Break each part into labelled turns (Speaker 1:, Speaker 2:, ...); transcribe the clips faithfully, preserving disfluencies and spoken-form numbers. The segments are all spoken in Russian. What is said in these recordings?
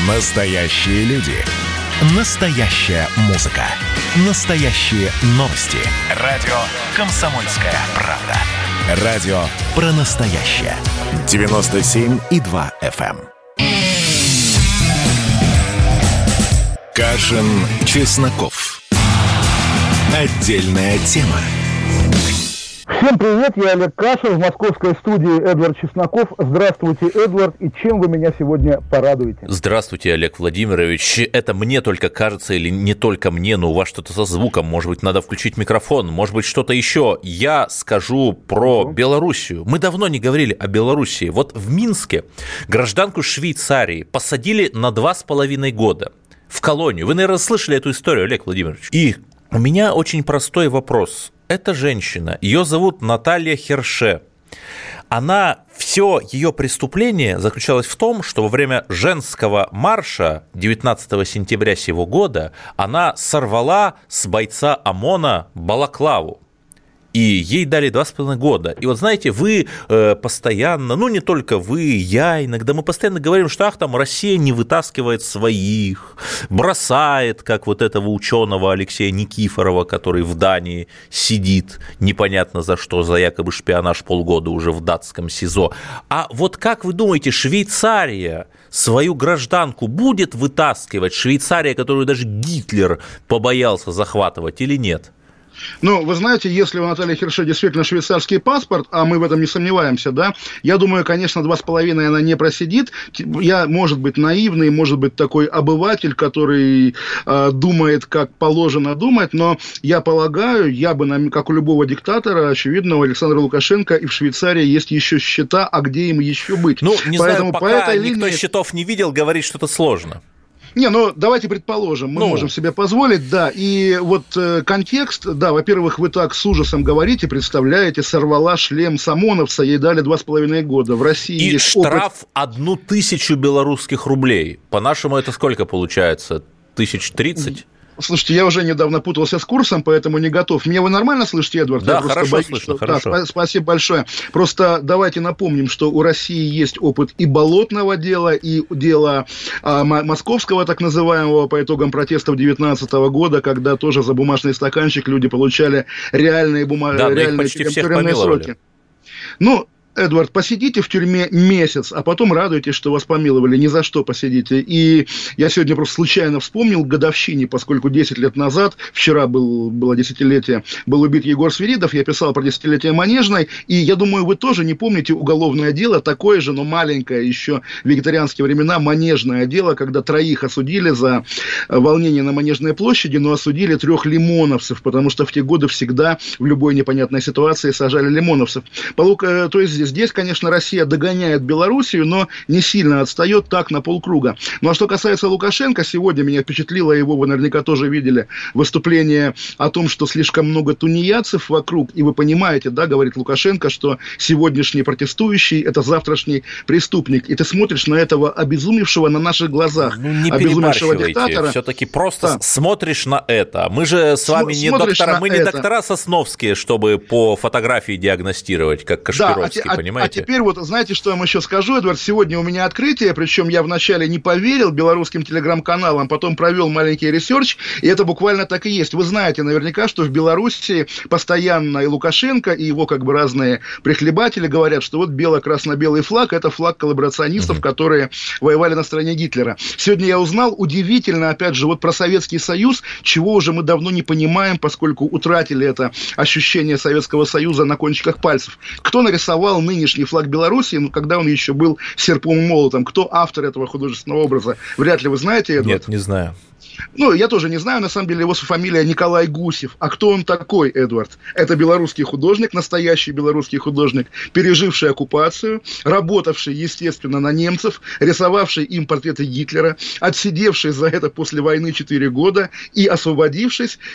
Speaker 1: Настоящие люди. Настоящая музыка. Настоящие новости. Радио «Комсомольская правда». Радио про настоящее. девяносто семь и два эф эм. Кашин, Чесноков. Отдельная тема.
Speaker 2: Всем привет, я Олег Кашин, в московской студии Эдвард Чесноков. Здравствуйте, Эдвард, и чем вы меня сегодня порадуете?
Speaker 3: Здравствуйте, Олег Владимирович. Это мне только кажется, или не только мне, но у вас что-то со звуком, может быть, надо включить микрофон, может быть, что-то еще. Я скажу про Белоруссию. Мы давно не говорили о Белоруссии. Вот в Минске гражданку Швейцарии посадили на два с половиной года в колонию. Вы, наверное, слышали эту историю, Олег Владимирович. И у меня очень простой вопрос. Эта женщина, ее зовут Наталья Херше. Она, все ее преступление заключалось в том, что во время женского марша девятнадцатого сентября сего года она сорвала с бойца ОМОНа балаклаву. И ей дали два с половиной года. И вот знаете, вы э, постоянно, ну не только вы, я, иногда мы постоянно говорим, что ах, там Россия не вытаскивает своих, бросает, как вот этого ученого Алексея Никифорова, который в Дании сидит, непонятно за что, за якобы шпионаж полгода уже в датском СИЗО. А вот как вы думаете, Швейцария свою гражданку будет вытаскивать? Швейцария, которую даже Гитлер побоялся захватывать, или нет?
Speaker 4: Ну, вы знаете, если у Натальи Херше действительно швейцарский паспорт, а мы в этом не сомневаемся, да, я думаю, конечно, два с половиной она не просидит. Я, может быть, наивный, может быть, такой обыватель, который э, думает, как положено думать, но я полагаю, я бы, как у любого диктатора, очевидно, у Александра Лукашенко и в Швейцарии есть еще счета, а где им еще быть.
Speaker 3: Ну, не
Speaker 4: Поэтому
Speaker 3: знаю, пока
Speaker 4: по этой
Speaker 3: никто
Speaker 4: линии...
Speaker 3: счетов не видел, говорит, что это сложно.
Speaker 4: Не, ну давайте предположим, мы ну. можем себе позволить, да, и вот э, контекст, да, во-первых, вы так с ужасом говорите, представляете, сорвала шлем с ОМОНовца, ей дали два с половиной года, в России
Speaker 3: и
Speaker 4: есть
Speaker 3: штраф
Speaker 4: опыт...
Speaker 3: одну тысячу белорусских рублей, по-нашему это сколько получается, тысяч тридцать?
Speaker 4: Слушайте, я уже недавно путался с курсом, поэтому не готов. Меня вы нормально слышите, Эдвард?
Speaker 3: Да,
Speaker 4: я
Speaker 3: хорошо
Speaker 4: боюсь,
Speaker 3: слышно,
Speaker 4: что...
Speaker 3: хорошо.
Speaker 4: Да, спасибо большое. Просто давайте напомним, что у России есть опыт и болотного дела, и дела а, московского, так называемого, по итогам протестов девятнадцатого года, когда тоже за бумажный стаканчик люди получали реальные, бума...
Speaker 3: да,
Speaker 4: реальные тюремные сроки. Ну, Эдвард, посидите в тюрьме месяц, а потом радуйтесь, что вас помиловали, ни за что посидите. И я сегодня просто случайно вспомнил к годовщине, поскольку десять лет назад, вчера был, было десятилетие, был убит Егор Свиридов, я писал про десятилетие Манежной, и я думаю, вы тоже не помните уголовное дело, такое же, но маленькое, еще в вегетарианские времена, Манежное дело, когда троих осудили за волнение на Манежной площади, но осудили трех лимоновцев, потому что в те годы всегда в любой непонятной ситуации сажали лимоновцев. То есть здесь, конечно, Россия догоняет Белоруссию, но не сильно отстает, так, на полкруга. Ну, а что касается Лукашенко, сегодня меня впечатлило его, вы наверняка тоже видели, выступление о том, что слишком много тунеядцев вокруг, и вы понимаете, да, говорит Лукашенко, что сегодняшний протестующий – это завтрашний преступник. И ты смотришь на этого обезумевшего на наших глазах,
Speaker 3: ну, не
Speaker 4: обезумевшего диктатора.
Speaker 3: Все-таки просто да. смотришь на это. Мы же с вами См- не доктора, мы не это. доктора Сосновские, чтобы по фотографии диагностировать, как Кашпировский. Да,
Speaker 4: понимаете? А теперь вот, знаете, что я вам еще скажу, Эдвард? Сегодня у меня открытие, причем я вначале не поверил белорусским телеграм-каналам, потом провел маленький ресерч, и это буквально так и есть. Вы знаете наверняка, что в Беларуси постоянно и Лукашенко, и его как бы разные прихлебатели говорят, что вот бело-красно-белый флаг – это флаг коллаборационистов, mm-hmm. которые воевали на стороне Гитлера. Сегодня я узнал, удивительно, опять же, вот про Советский Союз, чего уже мы давно не понимаем, поскольку утратили это ощущение Советского Союза на кончиках пальцев. Кто нарисовал нынешний флаг Беларуси, ну, когда он еще был серпом и молотом? Кто автор этого художественного образа? Вряд ли вы знаете, Эдвард?
Speaker 3: Нет, не знаю.
Speaker 4: Ну, я тоже не знаю, на самом деле, его фамилия Николай Гусев. А кто он такой, Эдвард? Это белорусский художник, настоящий белорусский художник, переживший оккупацию, работавший, естественно, на немцев, рисовавший им портреты Гитлера, отсидевший за это после войны четыре года и освободившись,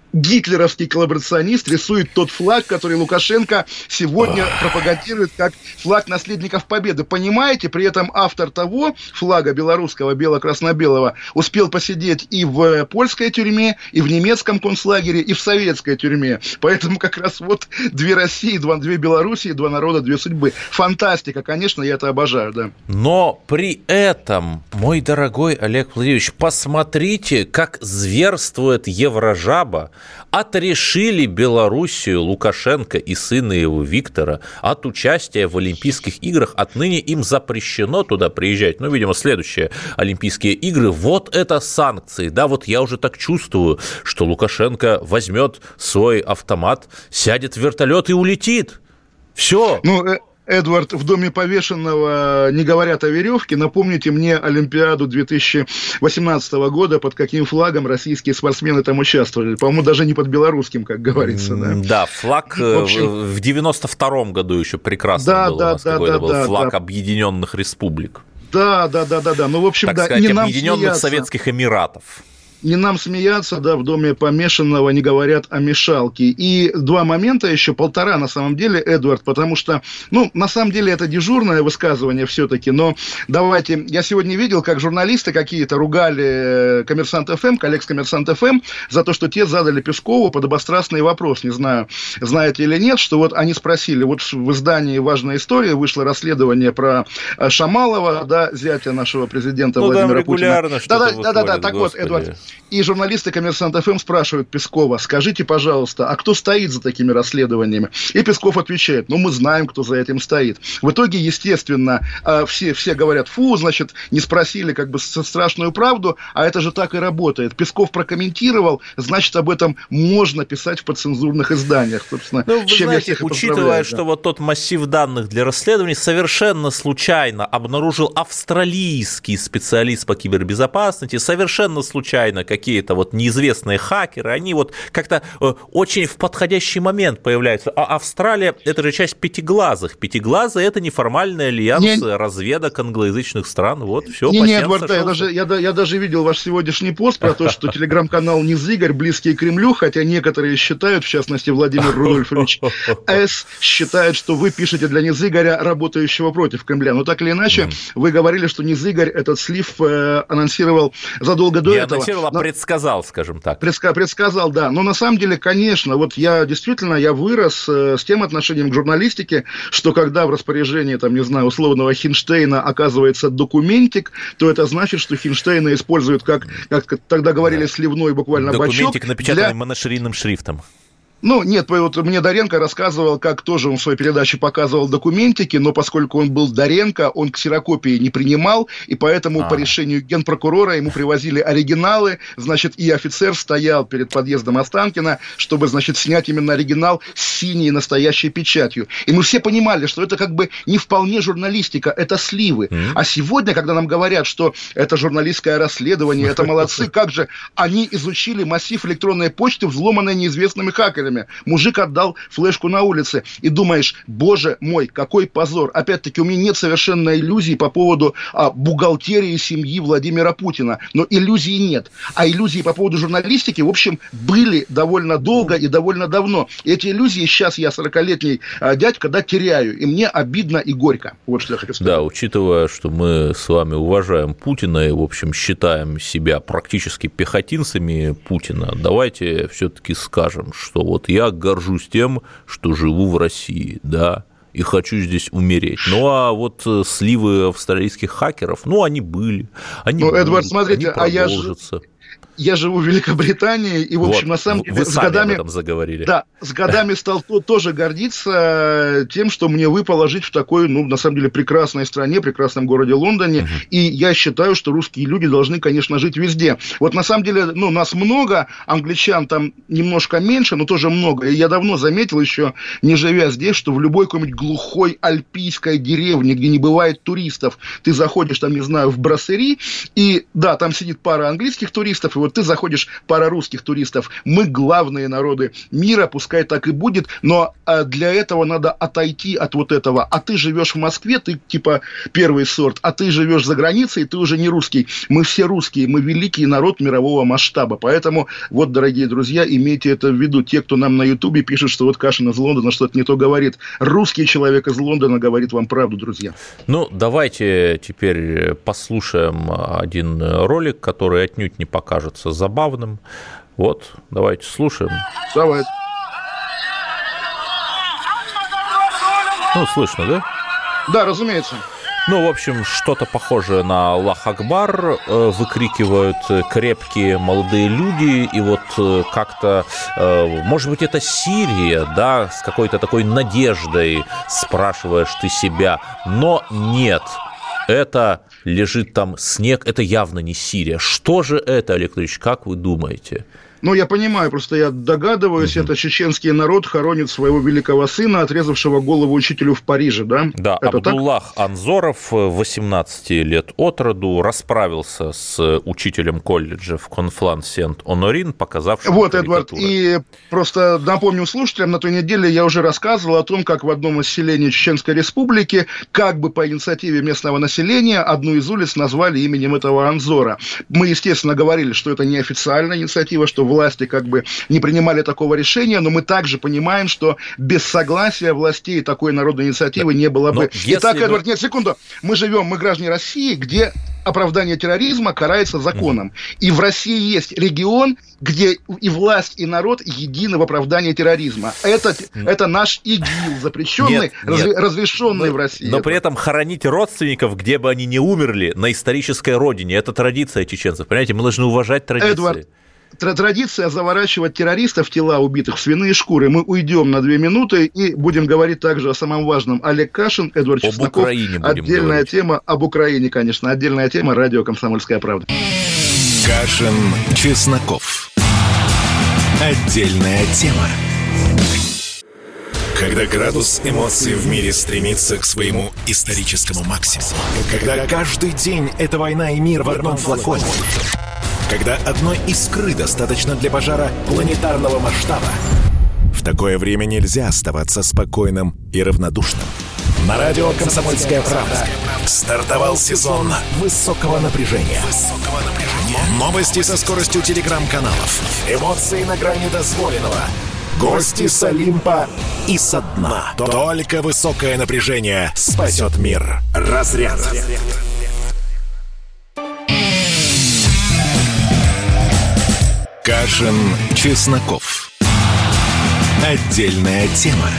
Speaker 4: гитлеровский коллаборационист рисует тот флаг, который Лукашенко сегодня пропагандирует как флаг наследников Победы. Понимаете, при этом автор того флага белорусского, бело-красно-белого, успел посидеть и в польской тюрьме, и в немецком концлагере, и в советской тюрьме. Поэтому как раз вот две России, два, две Белоруссии, два народа, две судьбы. Фантастика, конечно, я это обожаю, да.
Speaker 3: Но при этом, мой дорогой Олег Владимирович, посмотрите, как зверствует Еврожаба. Отрешили Белоруссию Лукашенко и сына его Виктора от участия в Олимпийских играх. Отныне им запрещено туда приезжать. Ну, видимо, следующие Олимпийские игры. Вот это санкции. Да, вот я уже так чувствую, что Лукашенко возьмет свой автомат, сядет в вертолет и улетит. Все.
Speaker 4: Ну, Эдвард, в доме повешенного не говорят о веревке. Напомните мне Олимпиаду две тысячи восемнадцатого года, под каким флагом российские спортсмены там участвовали. По-моему, даже не под белорусским, как говорится. Да,
Speaker 3: да, флаг в, общем... в девяносто втором году еще прекрасно да, был. Да, у нас да, какой-то да, был да, флаг да. Объединенных Республик.
Speaker 4: Да, да, да, да, да. Ну, в общем,
Speaker 3: так
Speaker 4: да,
Speaker 3: сказать,
Speaker 4: не нам
Speaker 3: Объединенных
Speaker 4: смеяться.
Speaker 3: Советских Эмиратов.
Speaker 4: Не нам смеяться, да, в доме помешанного не говорят о мешалке. И два момента еще, полтора на самом деле, Эдвард, потому что, ну, на самом деле это дежурное высказывание все-таки, но давайте, я сегодня видел, как журналисты какие-то ругали Коммерсант ФМ, коллег с Коммерсант ФМ, за то, что те задали Пескову подобострастный вопрос, не знаю, знаете или нет, что вот они спросили, вот в издании «Важная история» вышло расследование про Шамалова, да, зятя нашего президента ну, Владимира Путина. Да, да, да, да, так вот, Эдвард. И журналисты «Коммерсант ФМ» спрашивают Пескова: скажите, пожалуйста, а кто стоит за такими расследованиями? И Песков отвечает: ну, мы знаем, кто за этим стоит. В итоге, естественно, все, все говорят: фу, значит, не спросили как бы страшную правду, а это же так и работает. Песков прокомментировал, значит, об этом можно писать в подцензурных изданиях. Собственно,
Speaker 3: ну, вы знаете, учитывая, что да. вот тот массив данных для расследований совершенно случайно обнаружил австралийский специалист по кибербезопасности, совершенно случайно какие-то вот неизвестные хакеры, они вот как-то очень в подходящий момент появляются. А Австралия – это же часть пятиглазых. Пятиглазые – это неформальный альянс не... разведок англоязычных стран. Вот, все,
Speaker 4: не, нет, Эдвард, я даже, я, я даже видел ваш сегодняшний пост про то, что телеграм-канал «Низыгорь» близкий к Кремлю, хотя некоторые считают, в частности, Владимир Рудольфович С. считает, что вы пишете для Низыгоря, работающего против Кремля. Но так или иначе, mm. вы говорили, что Низыгорь этот слив э, анонсировал задолго до
Speaker 3: не
Speaker 4: этого.
Speaker 3: Анонсировал, а предсказал, скажем так.
Speaker 4: Предска- предсказал, да. Но на самом деле, конечно, вот я действительно, я вырос э, с тем отношением к журналистике, что когда в распоряжении, там, не знаю, условного Хинштейна оказывается документик, то это значит, что Хинштейна используют, как, как тогда говорили, да. сливной буквально бачок.
Speaker 3: Документик, напечатанный для... моноширинным шрифтом.
Speaker 4: Ну, нет, вот мне Доренко рассказывал, как тоже он в своей передаче показывал документики, но поскольку он был Доренко, он ксерокопии не принимал, и поэтому а. по решению генпрокурора ему привозили оригиналы, значит, и офицер стоял перед подъездом Останкина, чтобы, значит, снять именно оригинал с синей настоящей печатью. И мы все понимали, что это как бы не вполне журналистика, это сливы. Mm-hmm. А сегодня, когда нам говорят, что это журналистское расследование, это молодцы, как же они изучили массив электронной почты, взломанной неизвестными хакерами. Мужик отдал флешку на улице. И думаешь: боже мой, какой позор. Опять-таки, у меня нет совершенно иллюзий по поводу а, бухгалтерии семьи Владимира Путина. Но иллюзий нет. А иллюзии по поводу журналистики, в общем, были довольно долго и довольно давно. И эти иллюзии сейчас я, сорокалетний а, дядька, да, теряю. И мне обидно и горько. Вот что я хочу сказать.
Speaker 3: Да, учитывая, что мы с вами уважаем Путина и, в общем, считаем себя практически пехотинцами Путина, давайте все-таки скажем, что вот Вот я горжусь тем, что живу в России, да, и хочу здесь умереть. Ну, а вот сливы австралийских хакеров, ну, они были, они
Speaker 4: ну,
Speaker 3: будут,
Speaker 4: Эдвард, смотрите,
Speaker 3: они продолжатся.
Speaker 4: А я же... Я живу в Великобритании, и, в общем, вот, на самом деле, с годами,
Speaker 3: об этом заговорили.
Speaker 4: Да, с годами стал тоже гордиться тем, что мне выпало жить в такой, ну, на самом деле, прекрасной стране, прекрасном городе Лондоне, uh-huh. и я считаю, что русские люди должны, конечно, жить везде. Вот, на самом деле, ну, нас много, англичан там немножко меньше, но тоже много, и я давно заметил еще, не живя здесь, что в любой какой-нибудь глухой альпийской деревне, где не бывает туристов, ты заходишь там, не знаю, в брасserie, и, да, там сидит пара английских туристов, туристов, и вот ты заходишь, пара русских туристов, мы главные народы мира, пускай так и будет, но для этого надо отойти от вот этого. А ты живешь в Москве, ты типа первый сорт, а ты живешь за границей, ты уже не русский. Мы все русские, мы великий народ мирового масштаба. Поэтому, вот, дорогие друзья, имейте это в виду. Те, кто нам на Ютубе пишет, что вот Кашин из Лондона что-то не то говорит. Русский человек из Лондона говорит вам правду, друзья.
Speaker 3: Ну, давайте теперь послушаем один ролик, который отнюдь не покажется забавным. Вот, давайте слушаем.
Speaker 4: Давай.
Speaker 3: Ну, слышно, да?
Speaker 4: Да, разумеется.
Speaker 3: Ну, в общем, что-то похожее на «Аллах Акбар» выкрикивают крепкие молодые люди, и вот как-то, может быть, это Сирия, да, с какой-то такой надеждой спрашиваешь ты себя, но нет, это лежит там снег, это явно не Сирия. Что же это, Олег Владимирович, как вы думаете?
Speaker 4: Ну, я понимаю, просто я догадываюсь, mm-hmm. это чеченский народ хоронит своего великого сына, отрезавшего голову учителю в Париже, да?
Speaker 3: Да,
Speaker 4: это
Speaker 3: Абдуллах так? Анзоров, восемнадцати лет от роду, расправился с учителем колледжа в Конфлан-Сент-Онорин, показавшим
Speaker 4: Вот, Эдвард, и просто напомню слушателям, на той неделе я уже рассказывал о том, как в одном из селений Чеченской Республики, как бы по инициативе местного населения, одну из улиц назвали именем этого Анзора. Мы, естественно, говорили, что это не официальная инициатива, что власти как бы не принимали такого решения, но мы также понимаем, что без согласия властей такой народной инициативы не было бы. Итак, мы... Эдвард, нет, секунду. Мы живем, мы граждане России, где оправдание терроризма карается законом. Mm-hmm. И в России есть регион, где и власть, и народ едины в оправдании терроризма. Это, mm-hmm. это наш ИГИЛ, запрещенный, нет, разре, нет. разрешенный
Speaker 3: но,
Speaker 4: в России.
Speaker 3: Но это. При этом хоронить родственников, где бы они ни умерли, на исторической родине, это традиция чеченцев. Понимаете, мы должны уважать традиции.
Speaker 4: Эдвард, традиция заворачивать террористов в тела убитых в свиные шкуры. Мы уйдем на две минуты и будем говорить также о самом важном. Олег Кашин, Эдвард об Чесноков.
Speaker 3: Украине будем
Speaker 4: отдельная
Speaker 3: говорить.
Speaker 4: Тема об Украине, конечно. Отдельная тема. Радио «Комсомольская правда».
Speaker 1: Кашин, Чесноков. Отдельная тема. Когда градус эмоций в мире стремится к своему историческому максимуму. Когда каждый день — это война и мир в одном флаконе. Когда одной искры достаточно для пожара планетарного масштаба. В такое время нельзя оставаться спокойным и равнодушным. На радио «Комсомольская правда» стартовал сезон высокого напряжения. Новости со скоростью телеграм-каналов. Эмоции на грани дозволенного. Гости с Олимпа и со дна. Только высокое напряжение спасет мир. Разряд. Кашин, Чесноков. Отдельная тема.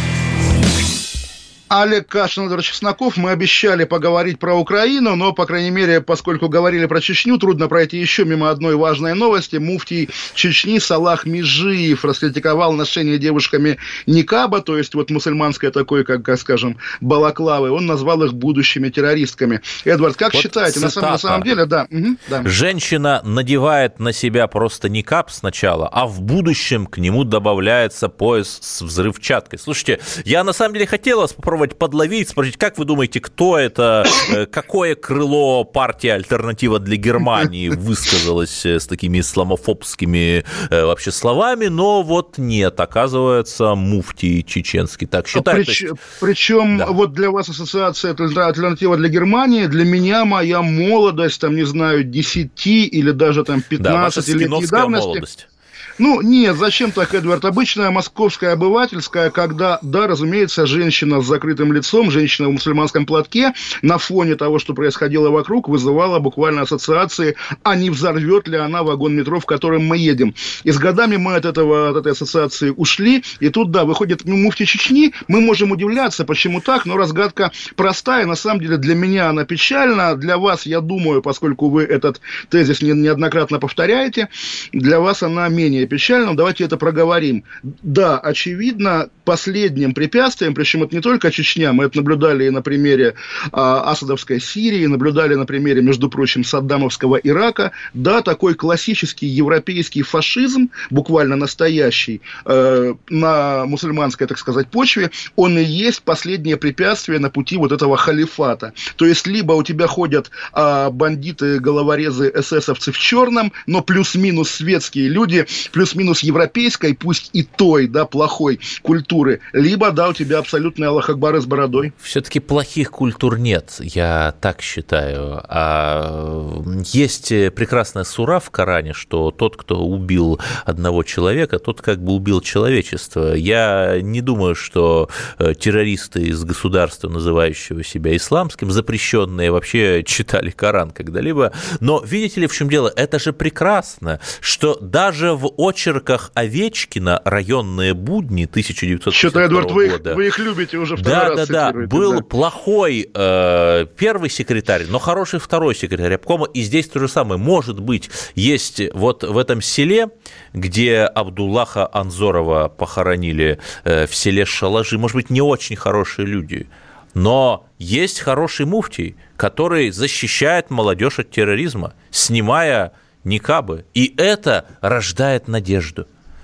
Speaker 4: Олег Кашин, Эдвард Чесноков. Мы обещали поговорить про Украину, но, по крайней мере, поскольку говорили про Чечню, трудно пройти еще мимо одной важной новости. Муфтий Чечни Салах Межиев раскритиковал ношение девушками никаба, то есть вот мусульманское такое, как, как скажем, балаклавы. Он назвал их будущими террористками. Эдвард, как вот считаете, на самом, на самом деле, да, угу, да.
Speaker 3: Женщина надевает на себя просто никаб сначала, а в будущем к нему добавляется пояс с взрывчаткой. Слушайте, я на самом деле хотел вас попробовать подловить, спросить, как вы думаете, кто это, какое крыло партии «Альтернатива для Германии» высказалось с такими исламофобскими вообще словами, но вот нет, оказывается, муфтий чеченский так считает.
Speaker 4: Прич, есть... Причем да. Вот для вас ассоциация «Альтернатива для Германии», для меня моя молодость, там, не знаю, десяти или даже там пятнадцатилетней
Speaker 3: да,
Speaker 4: давности.
Speaker 3: Молодость.
Speaker 4: Ну, нет, зачем так, Эдвард? Обычная московская обывательская, когда, да, разумеется, женщина с закрытым лицом, женщина в мусульманском платке на фоне того, что происходило вокруг, вызывала буквально ассоциации, а не взорвет ли она вагон метро, в котором мы едем. И с годами мы от, этого, от этой ассоциации ушли, и тут, да, выходит ну, муфтий Чечни, мы можем удивляться, почему так, но разгадка простая, на самом деле для меня она печальна, для вас, я думаю, поскольку вы этот тезис неоднократно повторяете, для вас она менее менее печальным, давайте это проговорим. Да, очевидно, последним препятствием, причем это не только Чечня, мы это наблюдали и на примере а, асадовской Сирии, наблюдали на примере, между прочим, саддамовского Ирака, да, такой классический европейский фашизм, буквально настоящий, э, на мусульманской, так сказать, почве, он и есть последнее препятствие на пути вот этого халифата. То есть, либо у тебя ходят а, бандиты, головорезы, эсэсовцы в черном, но плюс-минус светские люди, плюс-минус европейской, пусть и той, да, плохой культуры, либо, да, у тебя абсолютный Аллах Акбар с бородой.
Speaker 3: Все-таки плохих культур нет, я так считаю. А есть прекрасная сура в Коране, что тот, кто убил одного человека, тот как бы убил человечество. Я не думаю, что террористы из государства, называющего себя исламским, запрещенные, вообще читали Коран когда-либо. Но видите ли, в чем дело? Это же прекрасно, что даже в очерках Овечкина «Районные будни» тысяча девятьсот пятьдесят второго
Speaker 4: Что-то, Эдуард, вы
Speaker 3: года.
Speaker 4: Их, вы их любите уже второй
Speaker 3: да,
Speaker 4: раз.
Speaker 3: Да, да, был да. плохой э, первый секретарь, но хороший второй секретарь обкома, и здесь то же самое. Может быть, есть вот в этом селе, где Абдуллаха Анзорова похоронили, э, в селе Шалажи, может быть, не очень хорошие люди, но есть хороший муфтий, который защищает молодежь от терроризма, снимая никабы, и это рождает надежду.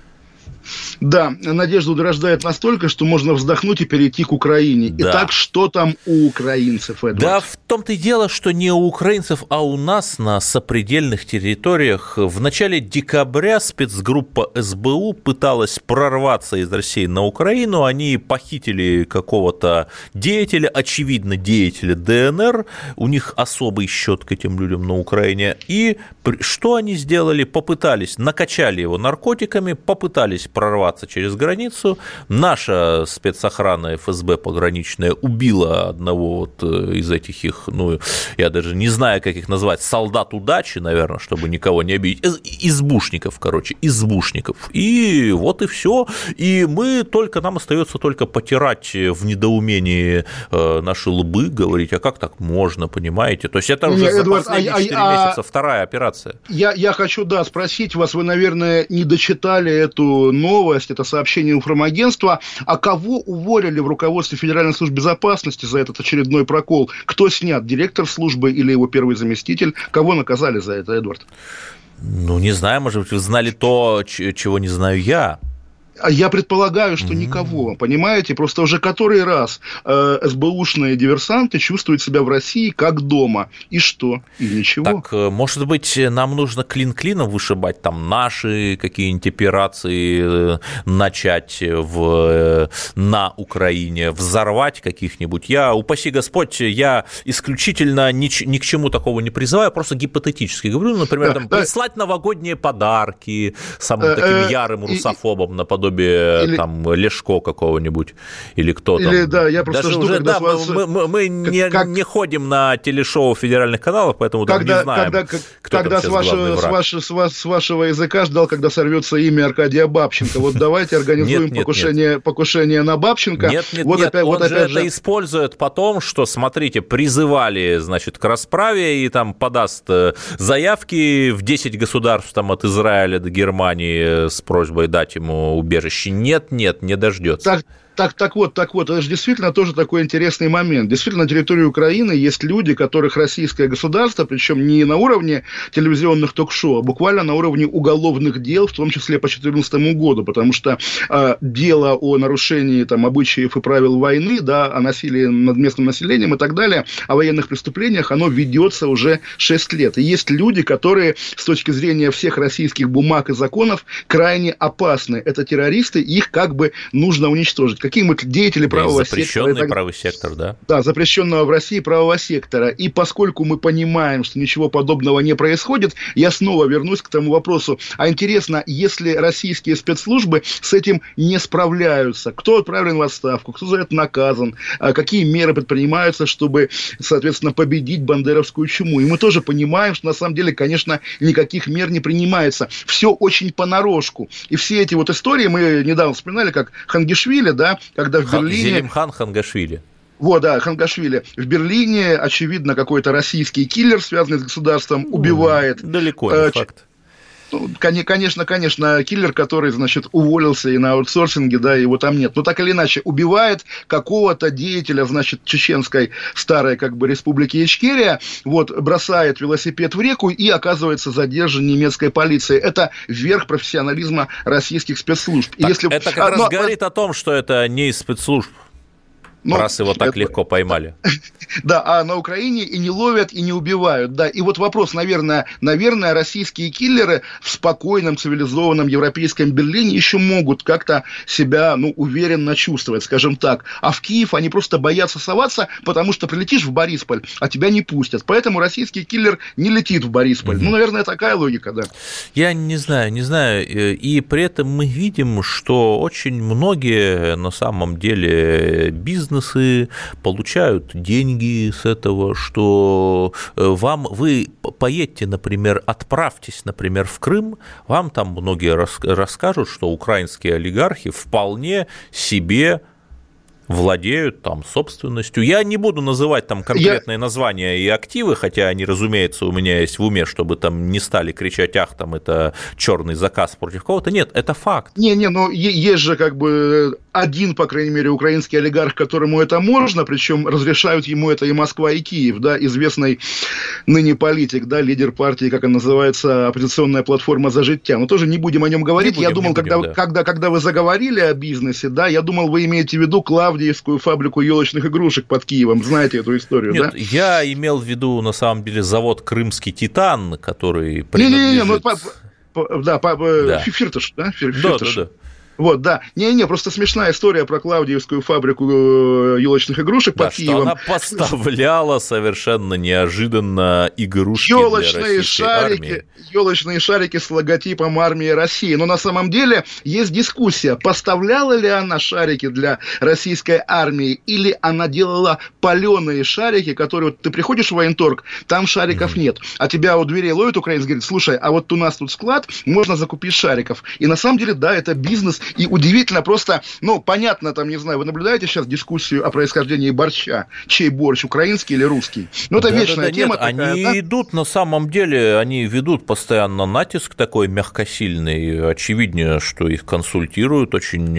Speaker 4: Да, надежду рождает настолько, что можно вздохнуть и перейти к Украине. Да. Итак, что там у украинцев, Эдвард?
Speaker 3: Да, в том-то и дело, что не у украинцев, а у нас на сопредельных территориях в начале декабря спецгруппа эс бэ у пыталась прорваться из России на Украину. Они похитили какого-то деятеля, очевидно, деятеля дэ эн эр. У них особый счет к этим людям на Украине. И что они сделали? Попытались, накачали его наркотиками, попытались прорваться через границу. Наша спецохрана эф эс бэ пограничная убила одного вот из этих их, ну, я даже не знаю, как их назвать, солдат удачи, наверное, чтобы никого не обидеть, избушников, короче, избушников. И вот и все. И мы только, нам остается только потирать в недоумении наши лбы, говорить, а как так можно, понимаете? То есть это уже Нет, за Эдуард, последние четыре а, месяца а, вторая операция.
Speaker 4: Я, я хочу, да, спросить вас, вы, наверное, не дочитали эту новость, это сообщение информагентства, а кого уволили в руководстве Федеральной службы безопасности за этот очередной прокол? Кто снят? Директор службы или его первый заместитель? Кого наказали за это, Эдвард?
Speaker 3: Ну, не знаю, может быть, вы знали то, чего не знаю я.
Speaker 4: Я предполагаю, что mm-hmm. никого, понимаете? Просто уже который раз э, эс бэ ушные диверсанты чувствуют себя в России как дома. И что? И ничего.
Speaker 3: Так, может быть, нам нужно клин клином вышибать, там, наши какие-нибудь операции начать в, на Украине, взорвать каких-нибудь? Я, упаси Господь, я исключительно ни, ни к чему такого не призываю, просто гипотетически говорю, например, там, прислать новогодние подарки самым таким ярым русофобам наподобие Или... там Лешко какого-нибудь или кто там.
Speaker 4: Или, да, я просто
Speaker 3: Даже
Speaker 4: жду,
Speaker 3: уже,
Speaker 4: когда
Speaker 3: да,
Speaker 4: вас...
Speaker 3: мы, мы, мы не,
Speaker 4: как...
Speaker 3: не ходим на телешоу федеральных каналов, поэтому когда, там не знаем,
Speaker 4: когда,
Speaker 3: кто
Speaker 4: когда
Speaker 3: там
Speaker 4: с, вашего, с, ваш, с, вас, с вашего языка ждал, когда сорвется имя Аркадия Бабченко. Вот давайте организуем покушение, покушение на Бабченко.
Speaker 3: Нет, нет,
Speaker 4: вот
Speaker 3: нет,
Speaker 4: опять,
Speaker 3: он
Speaker 4: вот
Speaker 3: же
Speaker 4: опять
Speaker 3: это же... использует потом, что, смотрите, призывали, значит, к расправе и там подаст заявки в десять государств там, от Израиля до Германии с просьбой дать ему убежище. Нет, нет, не дождется.
Speaker 4: Так, так, так вот, так вот, это же действительно тоже такой интересный момент. Действительно, на территории Украины есть люди, которых российское государство, причем не на уровне телевизионных ток-шоу, а буквально на уровне уголовных дел, в том числе по две тысячи четырнадцатому году, потому что э, дело о нарушении там, обычаев и правил войны, да, о насилии над местным населением и так далее, о военных преступлениях, оно ведется уже шесть лет. И есть люди, которые с точки зрения всех российских бумаг и законов крайне опасны. Это террористы, их как бы нужно уничтожить. Какие-нибудь деятели правого
Speaker 3: сектора. Запрещенный правый сектор, да?
Speaker 4: Да, запрещенного в России правого сектора. И поскольку мы понимаем, что ничего подобного не происходит, я снова вернусь к тому вопросу. А интересно, если российские спецслужбы с этим не справляются, кто отправлен в отставку, кто за это наказан, какие меры предпринимаются, чтобы, соответственно, победить бандеровскую чуму? И мы тоже понимаем, что на самом деле, конечно, никаких мер не принимается. Все очень понарошку. И все эти вот истории, мы недавно вспоминали, как Хангишвили, да, когда в Берлине...
Speaker 3: Зелимхан Хангашвили.
Speaker 4: Вот, да, Хангашвили. В Берлине, очевидно, какой-то российский киллер, связанный с государством, убивает...
Speaker 3: Далеко не э, факт.
Speaker 4: Ну, конечно, конечно, киллер, который, значит, уволился и на аутсорсинге, да, его там нет. Но так или иначе, убивает какого-то деятеля, значит, чеченской старой, как бы, республики Ичкерия, вот, бросает велосипед в реку и оказывается задержан немецкой полицией. Это верх профессионализма российских спецслужб. И
Speaker 3: так,
Speaker 4: если...
Speaker 3: Это как а, раз но... говорит о том, что это не из спецслужб. Но раз его так это... легко поймали.
Speaker 4: Да, а на Украине и не ловят, и не убивают. Да. И вот вопрос, наверное, наверное, российские киллеры в спокойном, цивилизованном европейском Берлине еще могут как-то себя, ну, уверенно чувствовать, скажем так. А в Киев они просто боятся соваться, потому что прилетишь в Борисполь, а тебя не пустят. Поэтому российский киллер не летит в Борисполь. Mm-hmm. Ну, наверное, такая логика, да.
Speaker 3: Я не знаю, не знаю. И при этом мы видим, что очень многие на самом деле бизнес получают деньги с этого, что вам, вы поедете, например, отправьтесь, например, в Крым, вам там многие расскажут, что украинские олигархи вполне себе владеют там собственностью. Я не буду называть там конкретные Я... названия и активы, хотя они, разумеется, у меня есть в уме, чтобы там не стали кричать, ах, там это черный заказ против кого-то. Нет, это факт.
Speaker 4: Не-не, но есть же как бы один, по крайней мере, украинский олигарх, которому это можно, причем разрешают ему это и Москва, и Киев, да, известный ныне политик, да, лидер партии, как она называется, оппозиционная платформа «За життя». Но тоже не будем о нем говорить. Будем, я думал, будем, когда, да. когда, когда вы заговорили о бизнесе, да, я думал, вы имеете в виду Клавдию Авдеевскую фабрику елочных игрушек под Киевом. Знаете эту историю,
Speaker 3: Нет,
Speaker 4: да?
Speaker 3: Я имел в виду, на самом деле, завод «Крымский Титан», который принадлежит...
Speaker 4: Не-не-не, ну, по, по, да, по, да. Фиртыш, да? Фиртыш. Да, да, да. Вот, да. Не-не, просто смешная история про Клавдиевскую фабрику елочных игрушек
Speaker 3: да,
Speaker 4: под Киевом.
Speaker 3: Что она поставляла совершенно неожиданно игрушки
Speaker 4: елочные
Speaker 3: для российской
Speaker 4: шарики,
Speaker 3: армии. Елочные
Speaker 4: шарики с логотипом армии России. Но на самом деле есть дискуссия, поставляла ли она шарики для российской армии, или она делала паленые шарики, которые вот ты приходишь в военторг, там шариков mm-hmm. нет. А тебя у дверей ловит украинец, говорит, слушай, а вот у нас тут склад, можно закупить шариков. И на самом деле, да, это бизнес. И удивительно просто, ну, понятно, там, не знаю, вы наблюдаете сейчас дискуссию о происхождении борща? Чей борщ, украинский или русский? Ну, это да, вечная да, да, тема
Speaker 3: нет,
Speaker 4: такая.
Speaker 3: Они
Speaker 4: да?
Speaker 3: идут, на самом деле, они ведут постоянно натиск такой мягкосильный. Очевидно, что их консультируют очень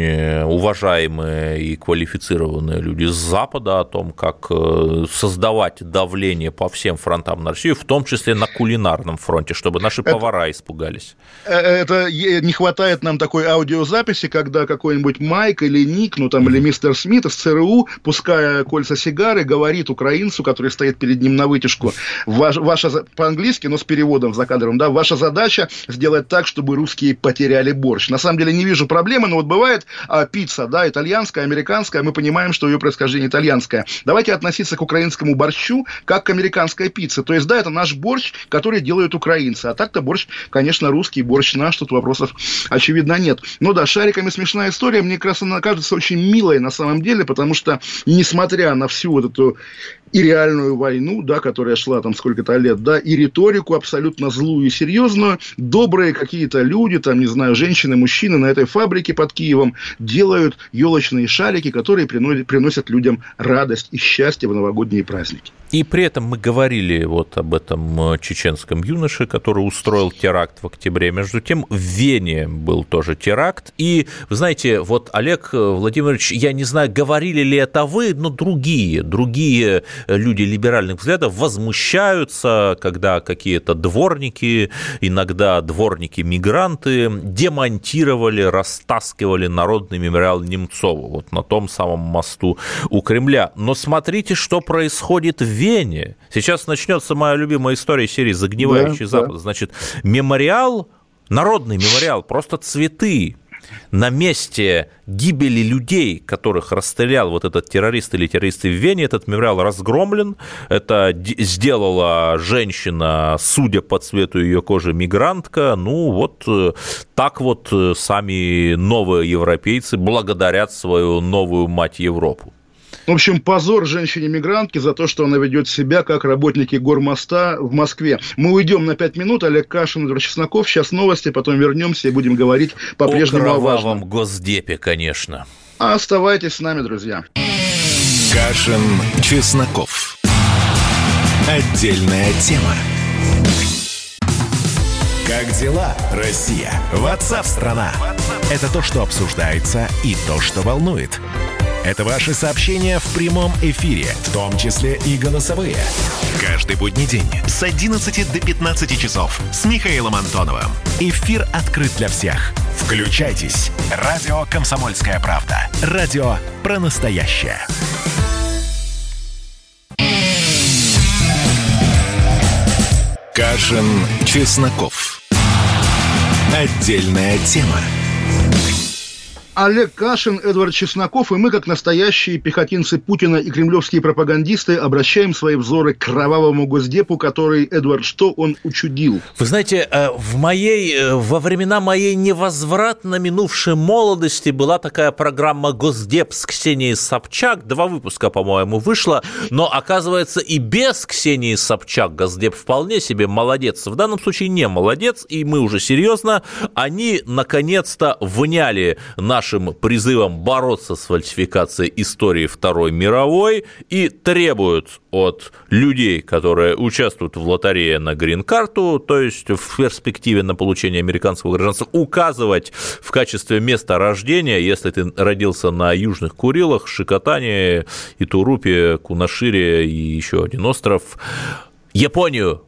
Speaker 3: уважаемые и квалифицированные люди с Запада о том, как создавать давление по всем фронтам на Россию, в том числе на кулинарном фронте, чтобы наши это, повара испугались.
Speaker 4: Это не хватает нам такой аудиозаписи, когда какой-нибудь Майк или Ник, ну там, или мистер Смит из ЦРУ, пуская кольца сигары, говорит украинцу, который стоит перед ним на вытяжку, ваш, ваша, по-английски, но с переводом за кадром, да, ваша задача сделать так, чтобы русские потеряли борщ. На самом деле не вижу проблемы, но вот бывает а, пицца, да, итальянская, американская, мы понимаем, что ее происхождение итальянское. Давайте относиться к украинскому борщу как к американской пицце. То есть, да, это наш борщ, который делают украинцы. А так-то борщ, конечно, русский, борщ наш, тут вопросов, очевидно, нет. Ну да, шариками смешная история, мне как раз она кажется очень милой на самом деле, потому что, несмотря на всю вот эту и реальную войну, да, которая шла там сколько-то лет, да, и риторику абсолютно злую и серьезную, добрые какие-то люди, там, не знаю, женщины, мужчины на этой фабрике под Киевом делают елочные шарики, которые приносят, приносят людям радость и счастье в новогодние праздники.
Speaker 3: И при этом мы говорили вот об этом чеченском юноше, который устроил теракт в октябре. Между тем, в Вене был тоже теракт. И, вы знаете, вот, Олег Владимирович, я не знаю, говорили ли это вы, но другие, другие люди либеральных взглядов возмущаются, когда какие-то дворники, иногда дворники-мигранты, демонтировали, растаскивали Народный мемориал Немцову, вот на том самом мосту у Кремля. Но смотрите, что происходит в Вене. Сейчас начнется моя любимая история серии «Загнивающий да, Запад». Да. Значит, мемориал, Народный мемориал, просто цветы. На месте гибели людей, которых расстрелял вот этот террорист или террористы в Вене, этот мемориал разгромлен. Это сделала женщина, судя по цвету ее кожи, мигрантка. Ну, вот так вот сами новые европейцы благодарят свою новую мать Европу.
Speaker 4: В общем, позор женщине-мигрантке за то, что она ведет себя как работники гормоста в Москве. Мы уйдем на пять минут. Олег Кашин, Эдвард Чесноков. Сейчас новости, потом вернемся и будем говорить по-прежнему о важном.
Speaker 3: О кровавом Госдепе, конечно.
Speaker 4: А оставайтесь с нами, друзья.
Speaker 1: Кашин, Чесноков. Отдельная тема. Как дела, Россия? Ватсап-страна! Это то, что обсуждается и то, что волнует. Это ваши сообщения в прямом эфире, в том числе и голосовые. Каждый будний день с одиннадцати до пятнадцати часов с Михаилом Антоновым. Эфир открыт для всех. Включайтесь. Радио «Комсомольская правда». Радио про настоящее. Кашин, Чесноков. Отдельная тема.
Speaker 4: Олег Кашин, Эдвард Чесноков, и мы, как настоящие пехотинцы Путина и кремлевские пропагандисты, обращаем свои взоры к кровавому Госдепу, который, Эдвард, что он учудил?
Speaker 3: Вы знаете, в моей, во времена моей невозвратно минувшей молодости была такая программа «Госдеп» с Ксенией Собчак. Два выпуска, по-моему, вышло, но, оказывается, и без Ксении Собчак Госдеп вполне себе молодец. В данном случае не молодец, и мы уже серьезно. Они, наконец-то, вняли наш призывом бороться с фальсификацией истории Второй мировой и требуют от людей, которые участвуют в лотерее на грин-карту, то есть в перспективе на получение американского гражданства, указывать в качестве места рождения, если ты родился на Южных Курилах, Шикотане, Итурупе, Кунашире и еще один остров, Японию.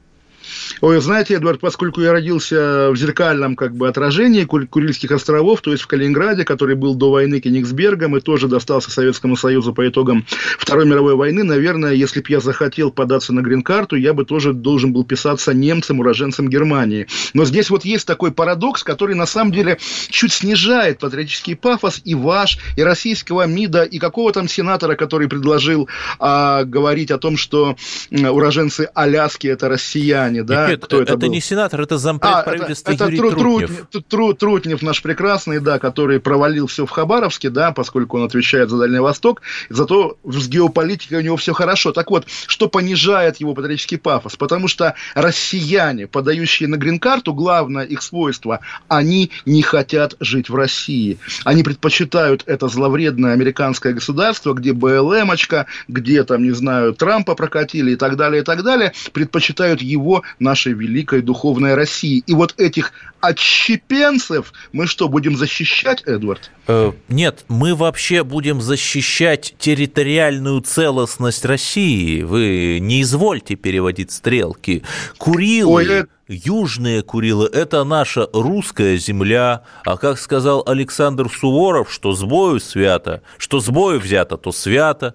Speaker 4: Ой, знаете, Эдвард, поскольку я родился в зеркальном как бы отражении Курильских островов, то есть в Калининграде, который был до войны Кенигсбергом и тоже достался Советскому Союзу по итогам Второй мировой войны, наверное, если бы я захотел податься на грин-карту, я бы тоже должен был писаться немцем, уроженцем Германии. Но здесь вот есть такой парадокс, который на самом деле чуть снижает патриотический пафос и ваш, и российского МИДа, и какого там сенатора, который предложил а, говорить о том, что уроженцы Аляски – это россияне, да?
Speaker 3: Нет,
Speaker 4: Кто это,
Speaker 3: это
Speaker 4: был?
Speaker 3: не сенатор, это зампред
Speaker 4: а,
Speaker 3: правительства
Speaker 4: это,
Speaker 3: Юрий
Speaker 4: это
Speaker 3: Трутнев.
Speaker 4: Трутнев, Трутнев. Трутнев наш прекрасный, да, который провалил все в Хабаровске, да, поскольку он отвечает за Дальний Восток, зато с геополитикой у него все хорошо. Так вот, что понижает его патриотический пафос? Потому что россияне, подающие на грин-карту, главное их свойство, они не хотят жить в России. Они предпочитают это зловредное американское государство, где БЛМочка, где там, не знаю, Трампа прокатили и так далее, и так далее, предпочитают его нашей великой духовной России. И вот этих отщепенцев мы что, будем защищать, Эдвард?
Speaker 3: Э, нет, мы вообще будем защищать территориальную целостность России. Вы не извольте переводить стрелки. Курилы... Ой, это... Южные Курилы – это наша русская земля, а как сказал Александр Суворов, что с бою свято, что с бою взято, то свято.